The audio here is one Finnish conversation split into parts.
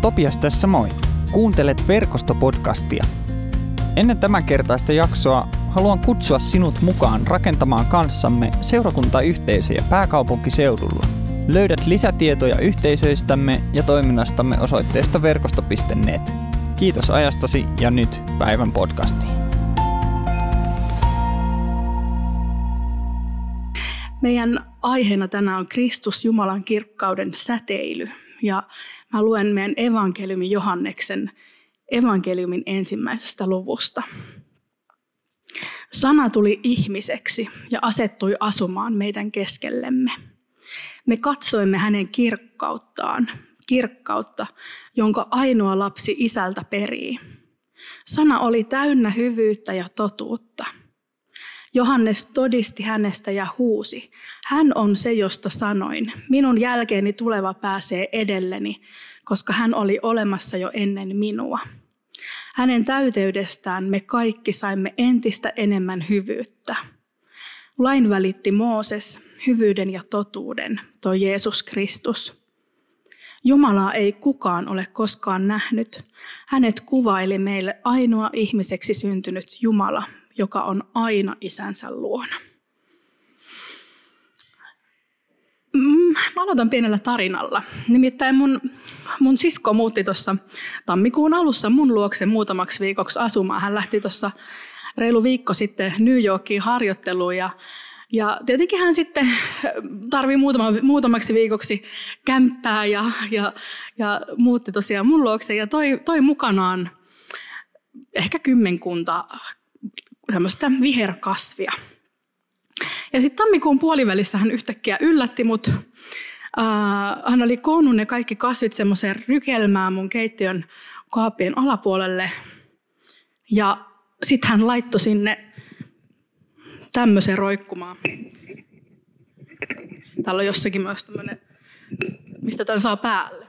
Topias tässä moi. Kuuntelet Verkosto-podcastia. Ennen tämänkertaista jaksoa haluan kutsua sinut mukaan rakentamaan kanssamme seurakuntayhteisöjä pääkaupunkiseudulla. Löydät lisätietoja yhteisöistämme ja toiminnastamme osoitteesta verkosto.net. Kiitos ajastasi ja nyt päivän podcastiin. Meidän aiheena tänään on Kristus Jumalan kirkkauden säteily. Ja mä luen meidän evankeliumin Johanneksen evankeliumin 1. luvusta. Sana tuli ihmiseksi ja asettui asumaan meidän keskellemme. Me katsoimme hänen kirkkautta, jonka ainoa lapsi isältä perii. Sana oli täynnä hyvyyttä ja totuutta. Johannes todisti hänestä ja huusi, hän on se, josta sanoin, minun jälkeeni tuleva pääsee edelleni, koska hän oli olemassa jo ennen minua. Hänen täyteydestään me kaikki saimme entistä enemmän hyvyyttä. Lain välitti Mooses, hyvyyden ja totuuden toi Jeesus Kristus. Jumalaa ei kukaan ole koskaan nähnyt. Hänet kuvaili meille ainoa ihmiseksi syntynyt Jumala, joka on aina isänsä luona. Mä aloitan pienellä tarinalla. Nimittäin mun sisko muutti tuossa tammikuun alussa mun luokse muutamaksi viikoksi asumaan. Hän lähti tuossa reilu viikko sitten New Yorkiin harjoitteluun ja tietenkin hän sitten tarvii muutamaksi viikoksi kämppää ja muutti tosiaan mun luokse ja toi mukanaan ehkä 10 tämmöistä viherkasvia. Ja sitten tammikuun puolivälissä hän yhtäkkiä yllätti mut. Hän oli koonnut ne kaikki kasvit semmoiseen rykelmään mun keittiön kaapien alapuolelle. Ja sitten hän laittoi sinne tämmöisen roikkumaan. Täällä on jossakin myös tämmöinen, mistä tämän saa päälle.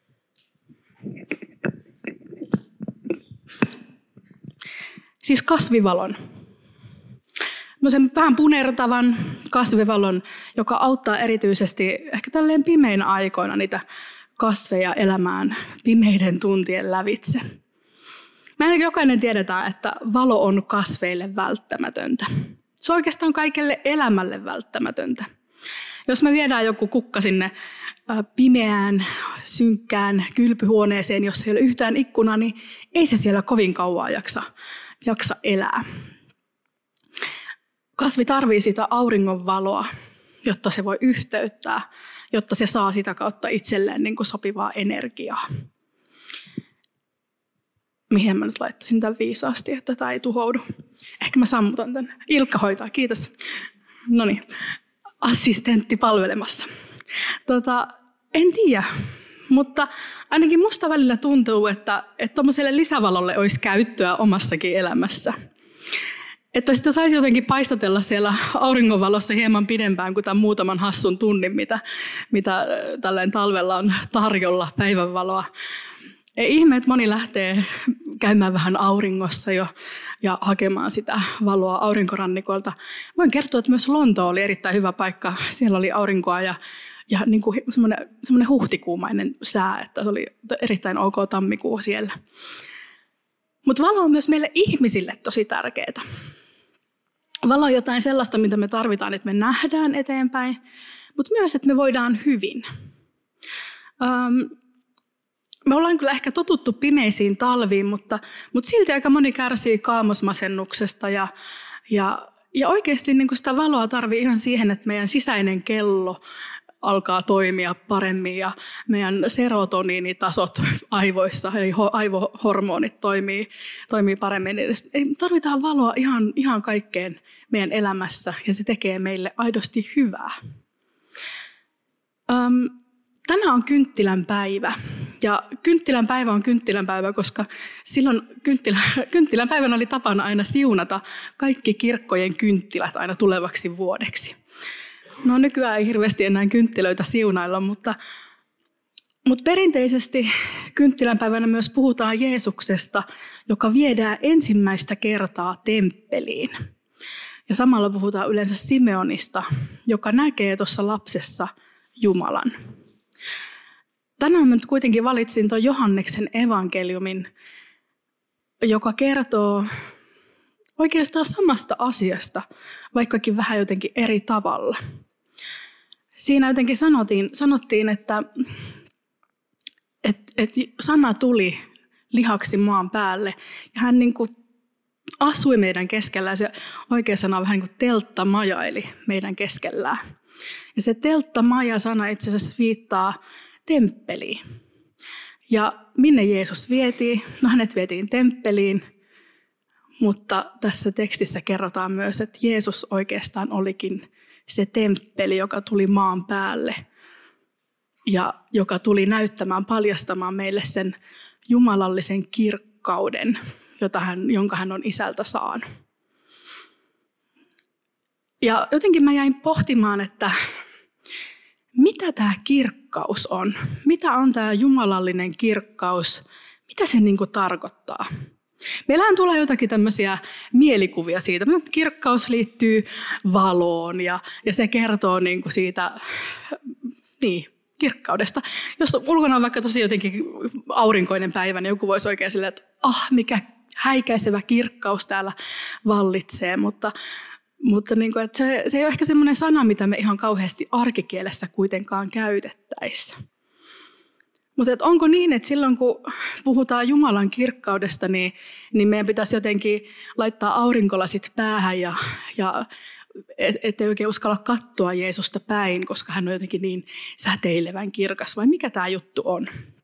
Siis kasvivalon. Sen vähän punertavan kasvivalon, joka auttaa erityisesti ehkä tälleen pimeinä aikoina niitä kasveja elämään pimeiden tuntien lävitse. Me ainakin jokainen tiedetään, että valo on kasveille välttämätöntä. Se on oikeastaan kaikelle elämälle välttämätöntä. Jos me viedään joku kukka sinne pimeään, synkkään kylpyhuoneeseen, jossa ei ole yhtään ikkunaa, niin ei se siellä kovin kauan jaksa elää. Kasvi tarvitsee sitä auringonvaloa, jotta se voi yhteyttää, jotta se saa sitä kautta itselleen niin kuin sopivaa energiaa. Mihin mä nyt laittaisin tämän viisaasti, että tämä ei tuhoudu. Ehkä mä sammutan tämän. Ilkka hoitaa, kiitos. Noniin, assistentti palvelemassa. En tiedä, mutta ainakin musta välillä tuntuu, että tuommoiselle lisävalolle olisi käyttöä omassakin elämässä. Että sitä saisi jotenkin paistatella siellä auringonvalossa hieman pidempään kuin tämän muutaman hassun tunnin, mitä tällainen talvella on tarjolla päivänvaloa. Ei ihme, että moni lähtee käymään vähän auringossa ja hakemaan sitä valoa aurinkorannikolta. Voin kertoa, että myös Lonto oli erittäin hyvä paikka. Siellä oli aurinkoa ja niin kuin semmoinen huhtikuumainen sää, että se oli erittäin ok tammikuu siellä. Mutta valo on myös meille ihmisille tosi tärkeää. Valo on jotain sellaista, mitä me tarvitaan, että me nähdään eteenpäin, mutta myös, että me voidaan hyvin. Me ollaan kyllä ehkä totuttu pimeisiin talviin, mutta silti aika moni kärsii kaamosmasennuksesta ja oikeasti niin sitä valoa tarvii ihan siihen, että meidän sisäinen kello alkaa toimia paremmin ja meidän serotoniinitasot aivoissa, eli aivohormonit toimii paremmin. Eli tarvitaan valoa ihan kaikkeen meidän elämässä ja se tekee meille aidosti hyvää. Tänään on kynttilän päivä ja kynttilän päivä on kynttilän päivä, koska silloin kynttilän päivänä oli tapana aina siunata kaikki kirkkojen kynttilät aina tulevaksi vuodeksi. No nykyään ei hirveästi enää kynttilöitä siunailla, mutta perinteisesti kynttilänpäivänä myös puhutaan Jeesuksesta, joka viedään ensimmäistä kertaa temppeliin. Ja samalla puhutaan yleensä Simeonista, joka näkee tuossa lapsessa Jumalan. tänään mä nyt kuitenkin valitsin tuon Johanneksen evankeliumin, joka kertoo oikeastaan samasta asiasta, vaikkakin vähän jotenkin eri tavalla. Siinä jotenkin sanottiin, että sana tuli lihaksi maan päälle ja hän niin kuin asui meidän keskellä. Se oikea sana on vähän niin kuin telttamajaili meidän keskellään. Ja se telttamaja-sana itse asiassa viittaa temppeliin. Ja minne Jeesus vietiin? No hänet vietiin temppeliin, mutta tässä tekstissä kerrotaan myös, että Jeesus oikeastaan olikin se temppeli, joka tuli maan päälle ja joka tuli näyttämään, paljastamaan meille sen jumalallisen kirkkauden, jonka hän on Isältä saanut. Ja jotenkin mä jäin pohtimaan, että mitä tämä kirkkaus on? Mitä on tämä jumalallinen kirkkaus? Mitä se niin kuin tarkoittaa? Meillähän tulee jotakin tämmöisiä mielikuvia siitä. Kirkkaus liittyy valoon ja se kertoo niin kuin siitä kirkkaudesta. Jos ulkona on vaikka tosi jotenkin aurinkoinen päivä, niin joku voisi oikein silleen, että mikä häikäisevä kirkkaus täällä vallitsee. Mutta niin kuin, että se ei ole ehkä semmoinen sana, mitä me ihan kauheasti arkikielessä kuitenkaan käytettäisiin. Mutta onko niin, että silloin kun puhutaan Jumalan kirkkaudesta, niin meidän pitäisi jotenkin laittaa aurinkolasit päähän ja ettei oikein uskalla katsoa Jeesusta päin, koska hän on jotenkin niin säteilevän kirkas, vai mikä tämä juttu on?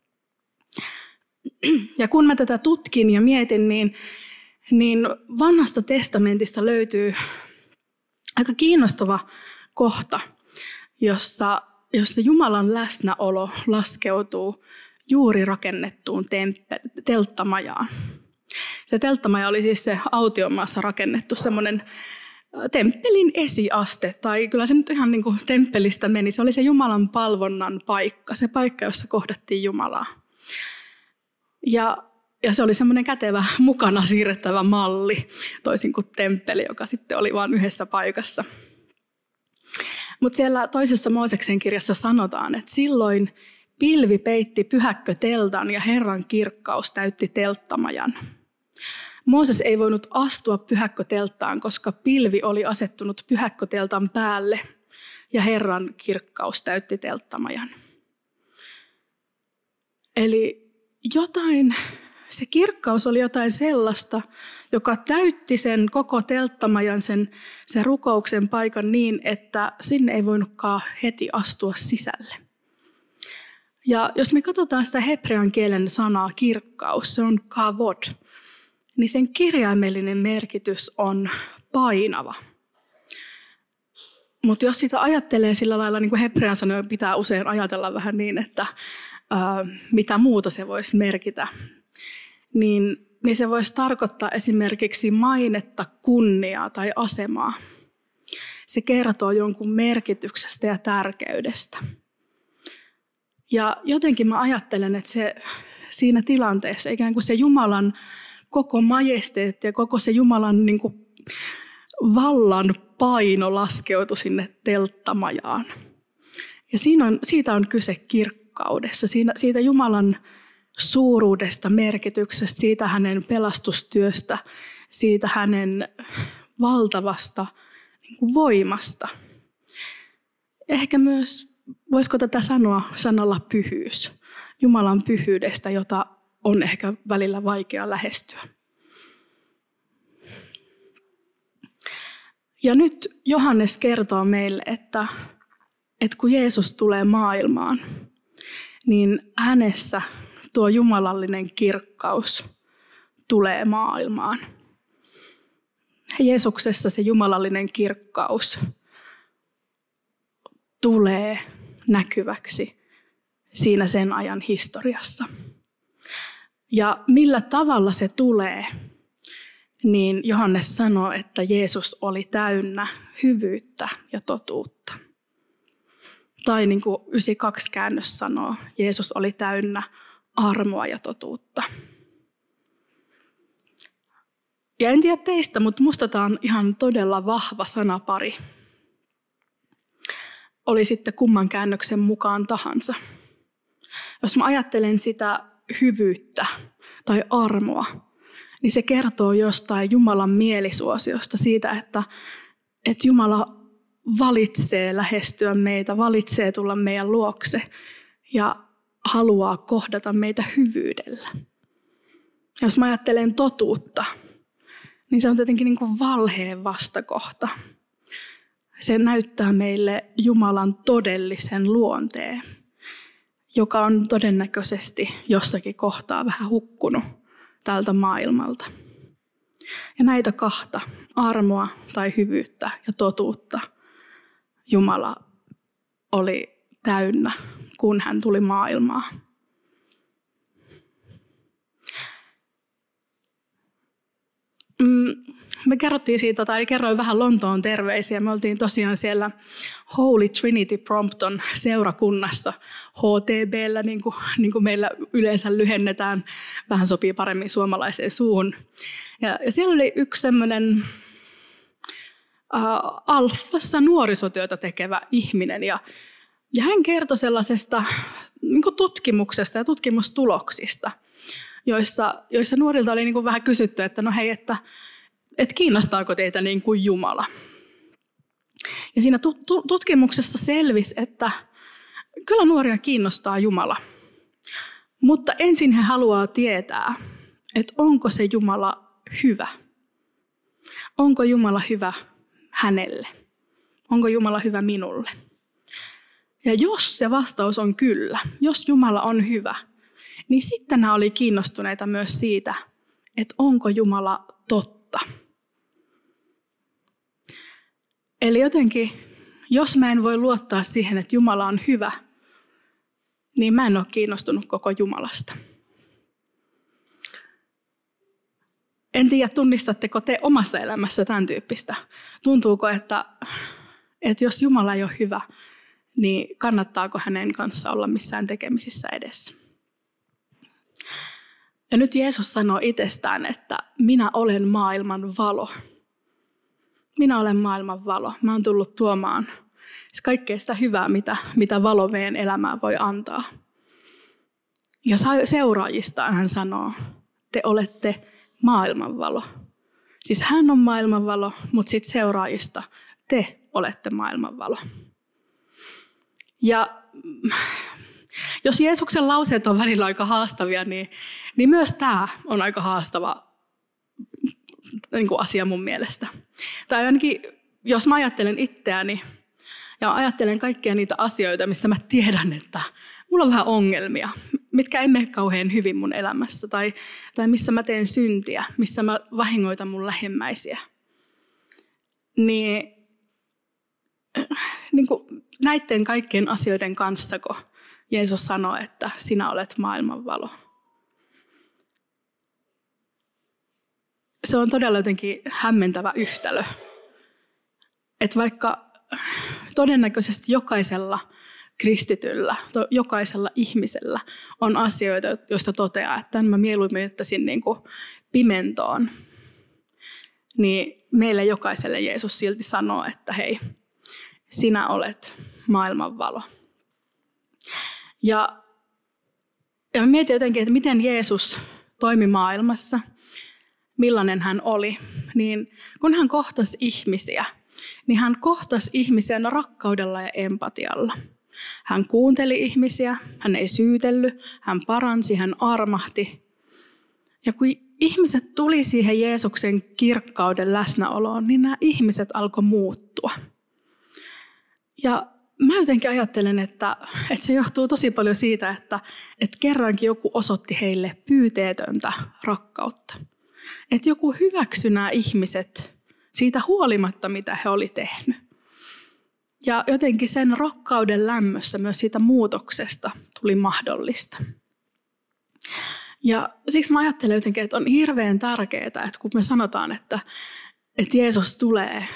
Ja kun mä tätä tutkin ja mietin, niin Vanhasta testamentista löytyy aika kiinnostava kohta, jossa Jumalan läsnäolo laskeutuu juuri rakennettuun telttamajaan. Se telttamaja oli siis se autiomaassa rakennettu semmoinen temppelin esiaste, tai kyllä se nyt ihan niin kuin temppelistä meni. Se oli se Jumalan palvonnan paikka, se paikka, jossa kohdattiin Jumalaa. Ja se oli semmoinen kätevä, mukana siirrettävä malli, toisin kuin temppeli, joka sitten oli vain yhdessä paikassa. Mutta siellä toisessa Mooseksen kirjassa sanotaan, että silloin pilvi peitti pyhäkköteltan ja Herran kirkkaus täytti telttamajan. Mooses ei voinut astua pyhäkkötelttaan, koska pilvi oli asettunut pyhäkköteltan päälle ja Herran kirkkaus täytti telttamajan. Eli se kirkkaus oli jotain sellaista, joka täytti sen koko telttamajan, sen rukouksen paikan niin, että sinne ei voinutkaan heti astua sisälle. Ja jos me katsotaan sitä hebrean kielen sanaa kirkkaus, se on kavod, niin sen kirjaimellinen merkitys on painava. Mutta jos sitä ajattelee sillä lailla, niin kuin hebrean sanoja pitää usein ajatella vähän niin, että mitä muuta se voisi merkitä, niin se voisi tarkoittaa esimerkiksi mainetta, kunniaa tai asemaa. Se kertoo jonkun merkityksestä ja tärkeydestä. Ja jotenkin mä ajattelen, että siinä tilanteessa ikään kuin se Jumalan koko majesteetti ja koko se Jumalan niin kuin vallan paino laskeutui sinne telttamajaan. Ja siitä on kyse kirkkaudessa, siitä Jumalan suuruudesta, merkityksestä, siitä hänen pelastustyöstä, siitä hänen valtavasta niin kuin voimasta. Ehkä myös, voisiko tätä sanoa sanalla pyhyys, Jumalan pyhyydestä, jota on ehkä välillä vaikea lähestyä. Ja nyt Johannes kertoo meille, että kun Jeesus tulee maailmaan, niin hänessä tuo jumalallinen kirkkaus tulee maailmaan. Jeesuksessa se jumalallinen kirkkaus tulee näkyväksi siinä sen ajan historiassa. Ja millä tavalla se tulee, niin Johannes sanoo, että Jeesus oli täynnä hyvyyttä ja totuutta. Tai niin kuin 92 käännös sanoo, Jeesus oli täynnä armoa ja totuutta. Ja en tiedä teistä, mutta musta tämä on ihan todella vahva sanapari. Oli sitten kumman käännöksen mukaan tahansa. Jos mä ajattelen sitä hyvyyttä tai armoa, niin se kertoo jostain Jumalan mielisuosiosta, siitä, että Jumala valitsee lähestyä meitä, valitsee tulla meidän luokse ja haluaa kohdata meitä hyvyydellä. Ja jos mä ajattelen totuutta, niin se on tietenkin niin kuin valheen vastakohta. Se näyttää meille Jumalan todellisen luonteen, joka on todennäköisesti jossakin kohtaa vähän hukkunut tältä maailmalta. Ja näitä kahta, armoa tai hyvyyttä ja totuutta, Jumala oli täynnä, kun hän tuli maailmaan. Me kerrottiin siitä, tai kerroin vähän Lontoon terveisiä. Me oltiin tosiaan siellä Holy Trinity Brompton seurakunnassa, HTB:llä, niin kuin meillä yleensä lyhennetään, vähän sopii paremmin suomalaiseen suuhun. Ja siellä oli yksi semmoinen Alfassa nuorisotyötä tekevä ihminen, ja hän kertoi sellaisesta niin kuin tutkimuksesta ja tutkimustuloksista, joissa nuorilta oli niin kuin vähän kysytty, että no hei, että kiinnostaako teitä niin kuin Jumala. Ja siinä tutkimuksessa selvisi, että kyllä nuoria kiinnostaa Jumala, mutta ensin he haluaa tietää, että onko se Jumala hyvä. Onko Jumala hyvä hänelle? Onko Jumala hyvä minulle? Ja jos se vastaus on kyllä, jos Jumala on hyvä, niin sitten nämä oli kiinnostuneita myös siitä, että onko Jumala totta. Eli jotenkin, jos mä en voi luottaa siihen, että Jumala on hyvä, niin mä en ole kiinnostunut koko Jumalasta. En tiedä, tunnistatteko te omassa elämässä tämän tyyppistä. Tuntuuko, että jos Jumala ei ole hyvä, niin kannattaako hänen kanssa olla missään tekemisissä edessä? Ja nyt Jeesus sanoo itsestään, että minä olen maailman valo. Minä olen maailman valo. Mä oon tullut tuomaan kaikkea sitä hyvää, mitä valo meidän elämään voi antaa. Ja seuraajistaan hän sanoo, te olette maailman valo. Siis hän on maailman valo, mutta sitten seuraajista te olette maailman valo. Ja jos Jeesuksen lauseet on välillä aika haastavia, niin myös tämä on aika haastava niin kuin asia mun mielestä. Tai ainakin, jos mä ajattelen itseäni ja ajattelen kaikkia niitä asioita, missä mä tiedän, että mulla on vähän ongelmia, mitkä ei mene kauhean hyvin mun elämässä, tai missä mä teen syntiä, missä mä vahingoitan mun lähimmäisiä, niin kuin näiden kaikkien asioiden kanssa, kun Jeesus sanoo, että sinä olet maailman valo. Se on todella jotenkin hämmentävä yhtälö. Että vaikka todennäköisesti jokaisella kristityllä, jokaisella ihmisellä on asioita, joista toteaa, että tämän mä mieluummin jättäisin niin kuin pimentoon, niin meille jokaiselle Jeesus silti sanoo, että hei, sinä olet maailman valo. Ja mä mietin jotenkin, että miten Jeesus toimi maailmassa, millainen hän oli. Niin kun hän kohtasi ihmisiä, niin hän kohtasi ihmisiä rakkaudella ja empatialla. Hän kuunteli ihmisiä, hän ei syytellyt, hän paransi, hän armahti. Ja kun ihmiset tuli siihen Jeesuksen kirkkauden läsnäoloon, niin nämä ihmiset alkoi muuttua. Ja mä jotenkin ajattelen, että se johtuu tosi paljon siitä, että kerrankin joku osoitti heille pyyteetöntä rakkautta. Että joku hyväksyi nämä ihmiset siitä huolimatta, mitä he oli tehnyt. Ja jotenkin sen rakkauden lämmössä myös siitä muutoksesta tuli mahdollista. Ja siksi mä ajattelen jotenkin, että on hirveän tärkeää, että kun me sanotaan, että Jeesus tulee,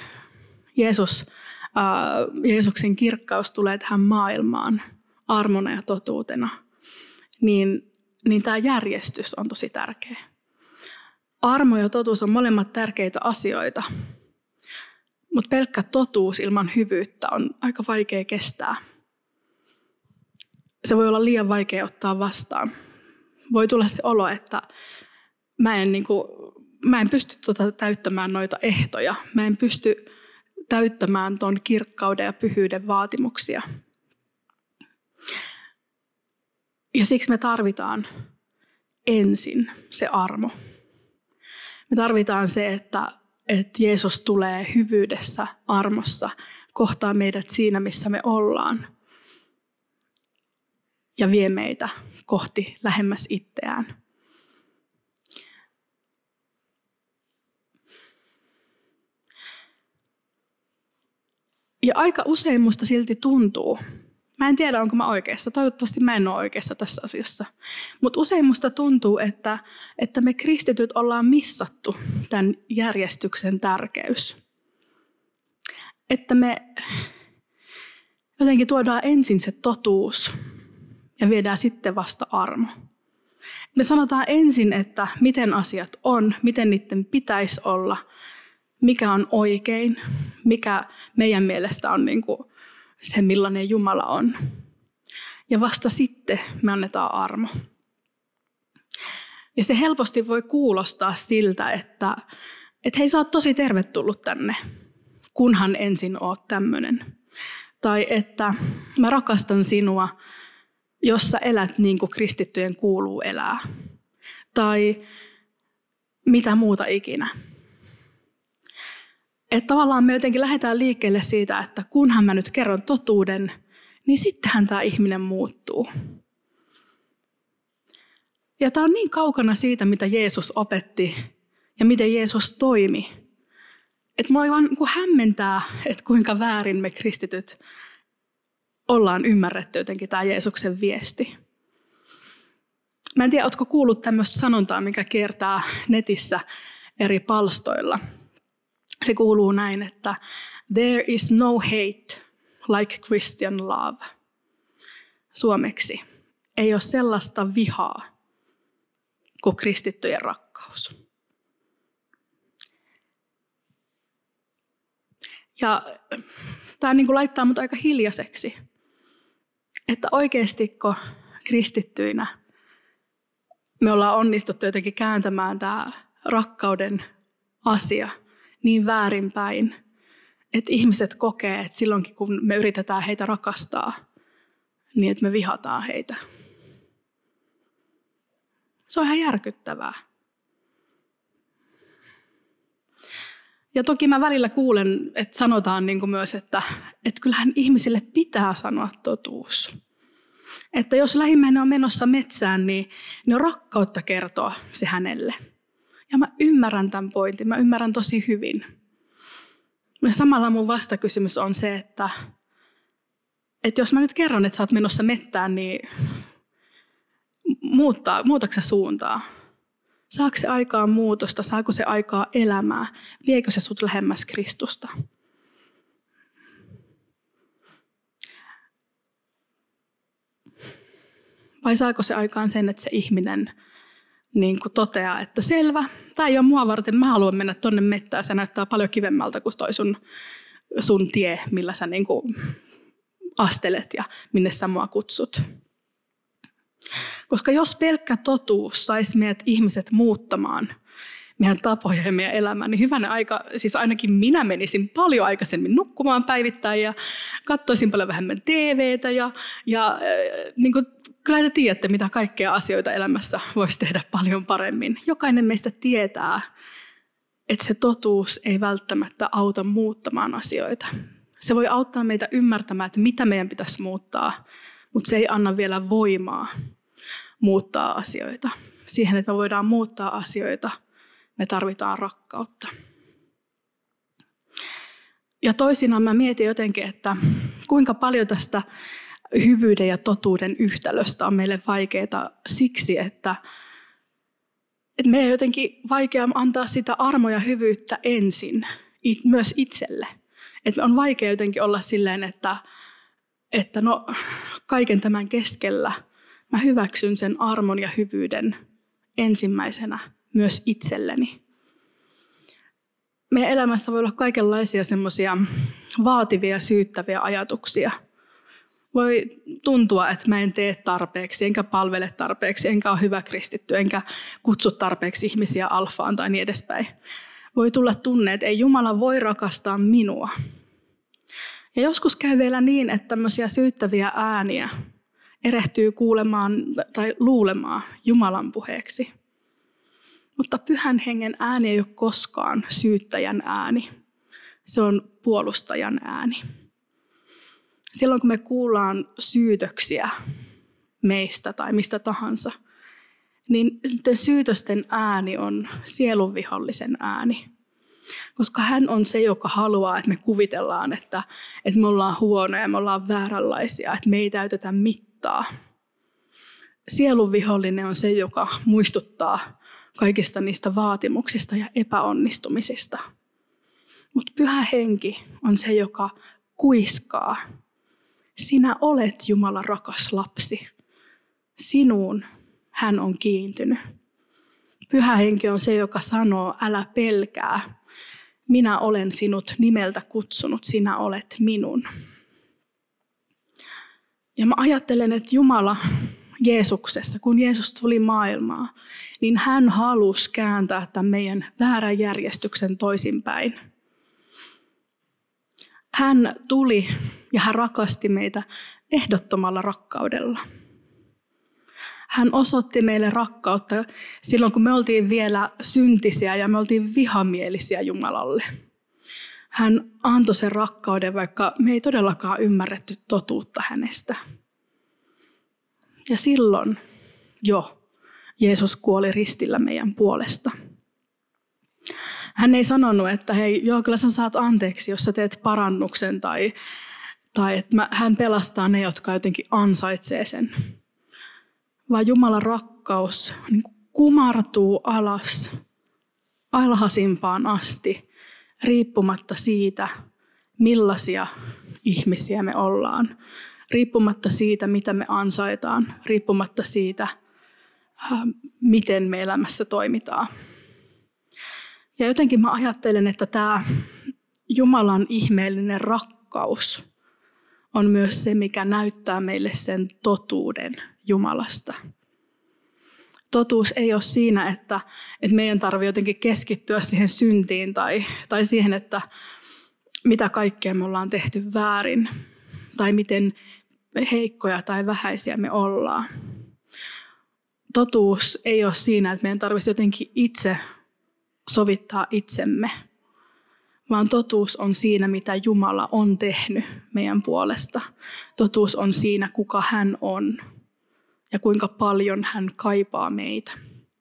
Jeesuksen kirkkaus tulee tähän maailmaan armona ja totuutena, niin tämä järjestys on tosi tärkeä. Armo ja totuus on molemmat tärkeitä asioita, mutta pelkkä totuus ilman hyvyyttä on aika vaikea kestää. se voi olla liian vaikea ottaa vastaan. Voi tulla se olo, että mä en pysty täyttämään noita ehtoja. Mä en pysty täyttämään ton kirkkauden ja pyhyyden vaatimuksia. Ja siksi me tarvitaan ensin se armo. Me tarvitaan se, että Jeesus tulee hyvyydessä, armossa, kohtaa meidät siinä, missä me ollaan. Ja vie meitä kohti lähemmäs itseään. Ja aika usein musta silti tuntuu, mä en tiedä onko mä oikeassa, toivottavasti mä en ole oikeassa tässä asiassa, mutta usein musta tuntuu, että me kristityt ollaan missattu tämän järjestyksen tärkeys. Että me jotenkin tuodaan ensin se totuus ja viedään sitten vasta armo. Me sanotaan ensin, että miten asiat on, miten niiden pitäisi olla, mikä on oikein, mikä meidän mielestä on niin kuin se, millainen Jumala on. Ja vasta sitten me annetaan armo. Ja se helposti voi kuulostaa siltä, että hei, sä oot tosi tervetullut tänne, kunhan ensin oot tämmönen. Tai että mä rakastan sinua, jos sä elät niin kuin kristittyjen kuuluu elää. Tai mitä muuta ikinä. Että tavallaan me jotenkin lähdetään liikkeelle siitä, että kunhan mä nyt kerron totuuden, niin sittenhän tämä ihminen muuttuu. Ja tämä on niin kaukana siitä, mitä Jeesus opetti ja miten Jeesus toimi. Että mua vaan hämmentää, että kuinka väärin me kristityt ollaan ymmärretty jotenkin tämä Jeesuksen viesti. Mä en tiedä, ootko kuullut tämmöistä sanontaa, mikä kiertää netissä eri palstoilla. Se kuuluu näin, että there is no hate like Christian love. Suomeksi ei ole sellaista vihaa kuin kristittyjen rakkaus. Ja tämä niin kuin laittaa mut aika hiljaiseksi, että oikeastiko kristittyinä me ollaan onnistuttu jotenkin kääntämään tämä rakkauden asia niin väärinpäin, että ihmiset kokee, että silloinkin kun me yritetään heitä rakastaa, niin että me vihataan heitä. Se on ihan järkyttävää. Ja toki mä välillä kuulen, että sanotaan niin kuin myös, että kyllähän ihmisille pitää sanoa totuus. Että jos lähimmäinen on menossa metsään, niin on rakkautta kertoa se hänelle. Ja mä ymmärrän tämän pointin, mä ymmärrän tosi hyvin. Ja samalla mun vastakysymys on se, että jos mä nyt kerron, että sä oot menossa mettään, niin muutatko sä suuntaa? Saako se aikaa muutosta? Saako se aikaa elämää? Viekö se sut lähemmäs Kristusta? Vai saako se aikaan sen, että se ihminen niin kuin toteaa, että selvä, tämä ei ole mua varten, mä haluan mennä tonne mettään, se näyttää paljon kivemmältä kuin toi sun tie, millä sä niin kuin astelet ja minne sä mua kutsut. Koska jos pelkkä totuus saisi meidät ihmiset muuttamaan meidän tapoja ja meidän elämää, niin hyvänä aika, siis ainakin minä menisin paljon aikaisemmin nukkumaan päivittäin ja katsoisin paljon vähemmän TVtä ja niin kuin, kyllä te tiedätte, mitä kaikkea asioita elämässä voisi tehdä paljon paremmin. Jokainen meistä tietää, että se totuus ei välttämättä auta muuttamaan asioita. Se voi auttaa meitä ymmärtämään, että mitä meidän pitäisi muuttaa, mutta se ei anna vielä voimaa muuttaa asioita. Siihen, että me voidaan muuttaa asioita, me tarvitaan rakkautta. Ja toisinaan mä mietin jotenkin, että kuinka paljon tästä hyvyyden ja totuuden yhtälöstä on meille vaikeaa siksi, että meidän on jotenkin vaikea antaa sitä armoa ja hyvyyttä ensin, myös itselle. Että on vaikea jotenkin olla silleen, että no kaiken tämän keskellä mä hyväksyn sen armon ja hyvyyden ensimmäisenä myös itselleni. Meidän elämässä voi olla kaikenlaisia semmoisia vaativia, syyttäviä ajatuksia. Voi tuntua, että mä en tee tarpeeksi, enkä palvele tarpeeksi, enkä ole hyvä kristitty, enkä kutsu tarpeeksi ihmisiä alfaan tai niin edespäin. Voi tulla tunne, että ei Jumala voi rakastaa minua. Ja joskus käy vielä niin, että tämmöisiä syyttäviä ääniä erehtyy kuulemaan tai luulemaan Jumalan puheeksi. Mutta Pyhän Hengen ääni ei ole koskaan syyttäjän ääni. Se on puolustajan ääni. Silloin kun me kuullaan syytöksiä meistä tai mistä tahansa, niin sitten syytösten ääni on sielunvihollisen ääni. Koska hän on se, joka haluaa, että me kuvitellaan, että me ollaan huonoja, me ollaan vääränlaisia, että me ei täytetä mittaa. Sielunvihollinen on se, joka muistuttaa kaikista niistä vaatimuksista ja epäonnistumisista. Mutta Pyhä Henki on se, joka kuiskaa. Sinä olet Jumalan rakas lapsi. Sinuun hän on kiintynyt. Pyhä Henki on se, joka sanoo, älä pelkää. Minä olen sinut nimeltä kutsunut, sinä olet minun. Ja mä ajattelen, että Jumala Jeesuksessa, kun Jeesus tuli maailmaan, niin hän halusi kääntää tämän meidän väärän järjestyksen toisinpäin. Hän tuli ja hän rakasti meitä ehdottomalla rakkaudella. Hän osoitti meille rakkautta silloin, kun me oltiin vielä syntisiä ja me oltiin vihamielisiä Jumalalle. Hän antoi sen rakkauden, vaikka me ei todellakaan ymmärretty totuutta hänestä. Ja silloin jo Jeesus kuoli ristillä meidän puolesta. Hän ei sanonut, että hei, joo, kyllä sä saat anteeksi, jos sä teet parannuksen tai että hän pelastaa ne, jotka jotenkin ansaitsee sen. Vaan Jumalan rakkaus niin kumartuu alas alhaisimpaan asti, riippumatta siitä, millaisia ihmisiä me ollaan. Riippumatta siitä, mitä me ansaitaan. Riippumatta siitä, miten me elämässä toimitaan. Ja jotenkin mä ajattelen, että tämä Jumalan ihmeellinen rakkaus on myös se, mikä näyttää meille sen totuuden Jumalasta. Totuus ei ole siinä, että meidän tarvitsee jotenkin keskittyä siihen syntiin tai siihen, että mitä kaikkea me ollaan tehty väärin tai miten heikkoja tai vähäisiä me ollaan. Totuus ei ole siinä, että meidän tarvitsisi jotenkin itse sovittaa itsemme, vaan totuus on siinä, mitä Jumala on tehnyt meidän puolesta. Totuus on siinä, kuka hän on ja kuinka paljon hän kaipaa meitä.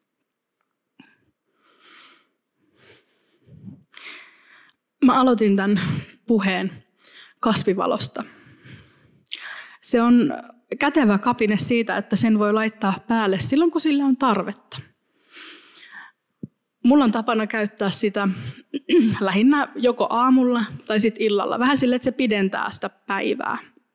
Mä aloitin tämän puheen kasvivalosta. Se on kätevä kapine siitä, että sen voi laittaa päälle silloin, kun sillä on tarvetta. Mulla on tapana käyttää sitä lähinnä joko aamulla tai sitten illalla. Vähän silleen, että se pidentää sitä päivää.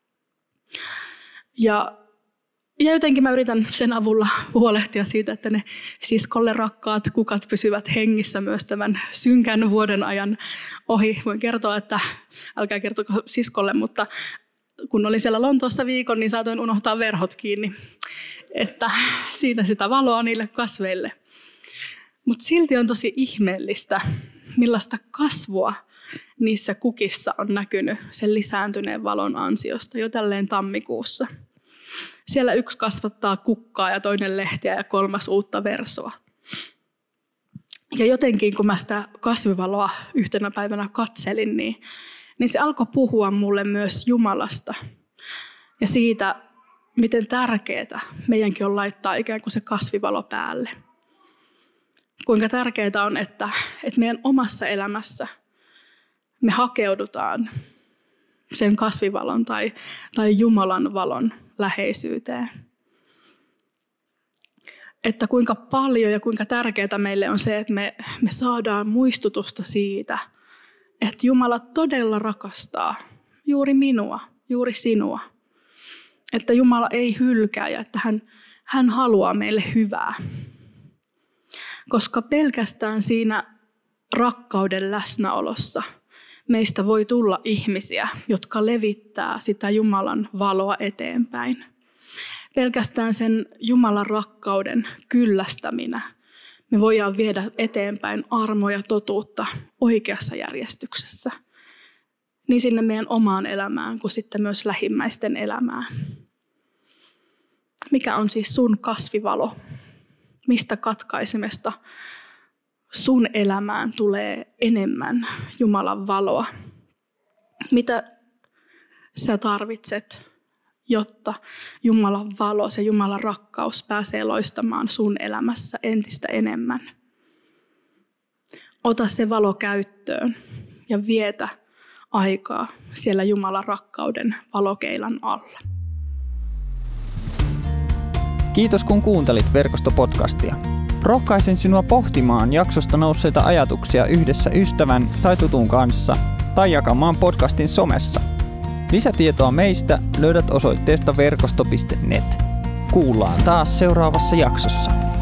Ja jotenkin mä yritän sen avulla huolehtia siitä, että ne siskolle rakkaat kukat pysyvät hengissä myös tämän synkän vuoden ajan ohi. Voin kertoa, että älkää kertoko siskolle, mutta kun olin siellä Lontoossa viikon, niin saatoin unohtaa verhot kiinni. Että siinä sitä valoa niille kasveille. Mutta silti on tosi ihmeellistä, millaista kasvua niissä kukissa on näkynyt sen lisääntyneen valon ansiosta jo tälleen tammikuussa. Siellä yksi kasvattaa kukkaa ja toinen lehtiä ja kolmas uutta versoa. Ja jotenkin kun mä sitä kasvivaloa yhtenä päivänä katselin, niin se alkoi puhua mulle myös Jumalasta ja siitä, miten tärkeää meidänkin on laittaa ikään kuin se kasvivalo päälle. Kuinka tärkeää on, että meidän omassa elämässä me hakeudutaan sen kasvivalon tai Jumalan valon läheisyyteen. Että kuinka paljon ja kuinka tärkeää meille on se, että me saadaan muistutusta siitä, että Jumala todella rakastaa juuri minua, juuri sinua. Että Jumala ei hylkää ja että hän haluaa meille hyvää. Koska pelkästään siinä rakkauden läsnäolossa meistä voi tulla ihmisiä, jotka levittää sitä Jumalan valoa eteenpäin. Pelkästään sen Jumalan rakkauden kyllästäminä me voidaan viedä eteenpäin armoa ja totuutta oikeassa järjestyksessä. Niin sinne meidän omaan elämään kuin sitten myös lähimmäisten elämään. Mikä on siis sun kasvivalo? Mistä katkaisemesta sun elämään tulee enemmän Jumalan valoa? Mitä sä tarvitset, jotta Jumalan valo, se Jumalan rakkaus pääsee loistamaan sun elämässä entistä enemmän? Ota se valo käyttöön ja vietä aikaa siellä Jumalan rakkauden valokeilan alla. Kiitos kun kuuntelit Verkosto-podcastia. Rohkaisen sinua pohtimaan jaksosta nousseita ajatuksia yhdessä ystävän tai tutun kanssa tai jakamaan podcastin somessa. Lisätietoa meistä löydät osoitteesta verkosto.net. Kuullaan taas seuraavassa jaksossa.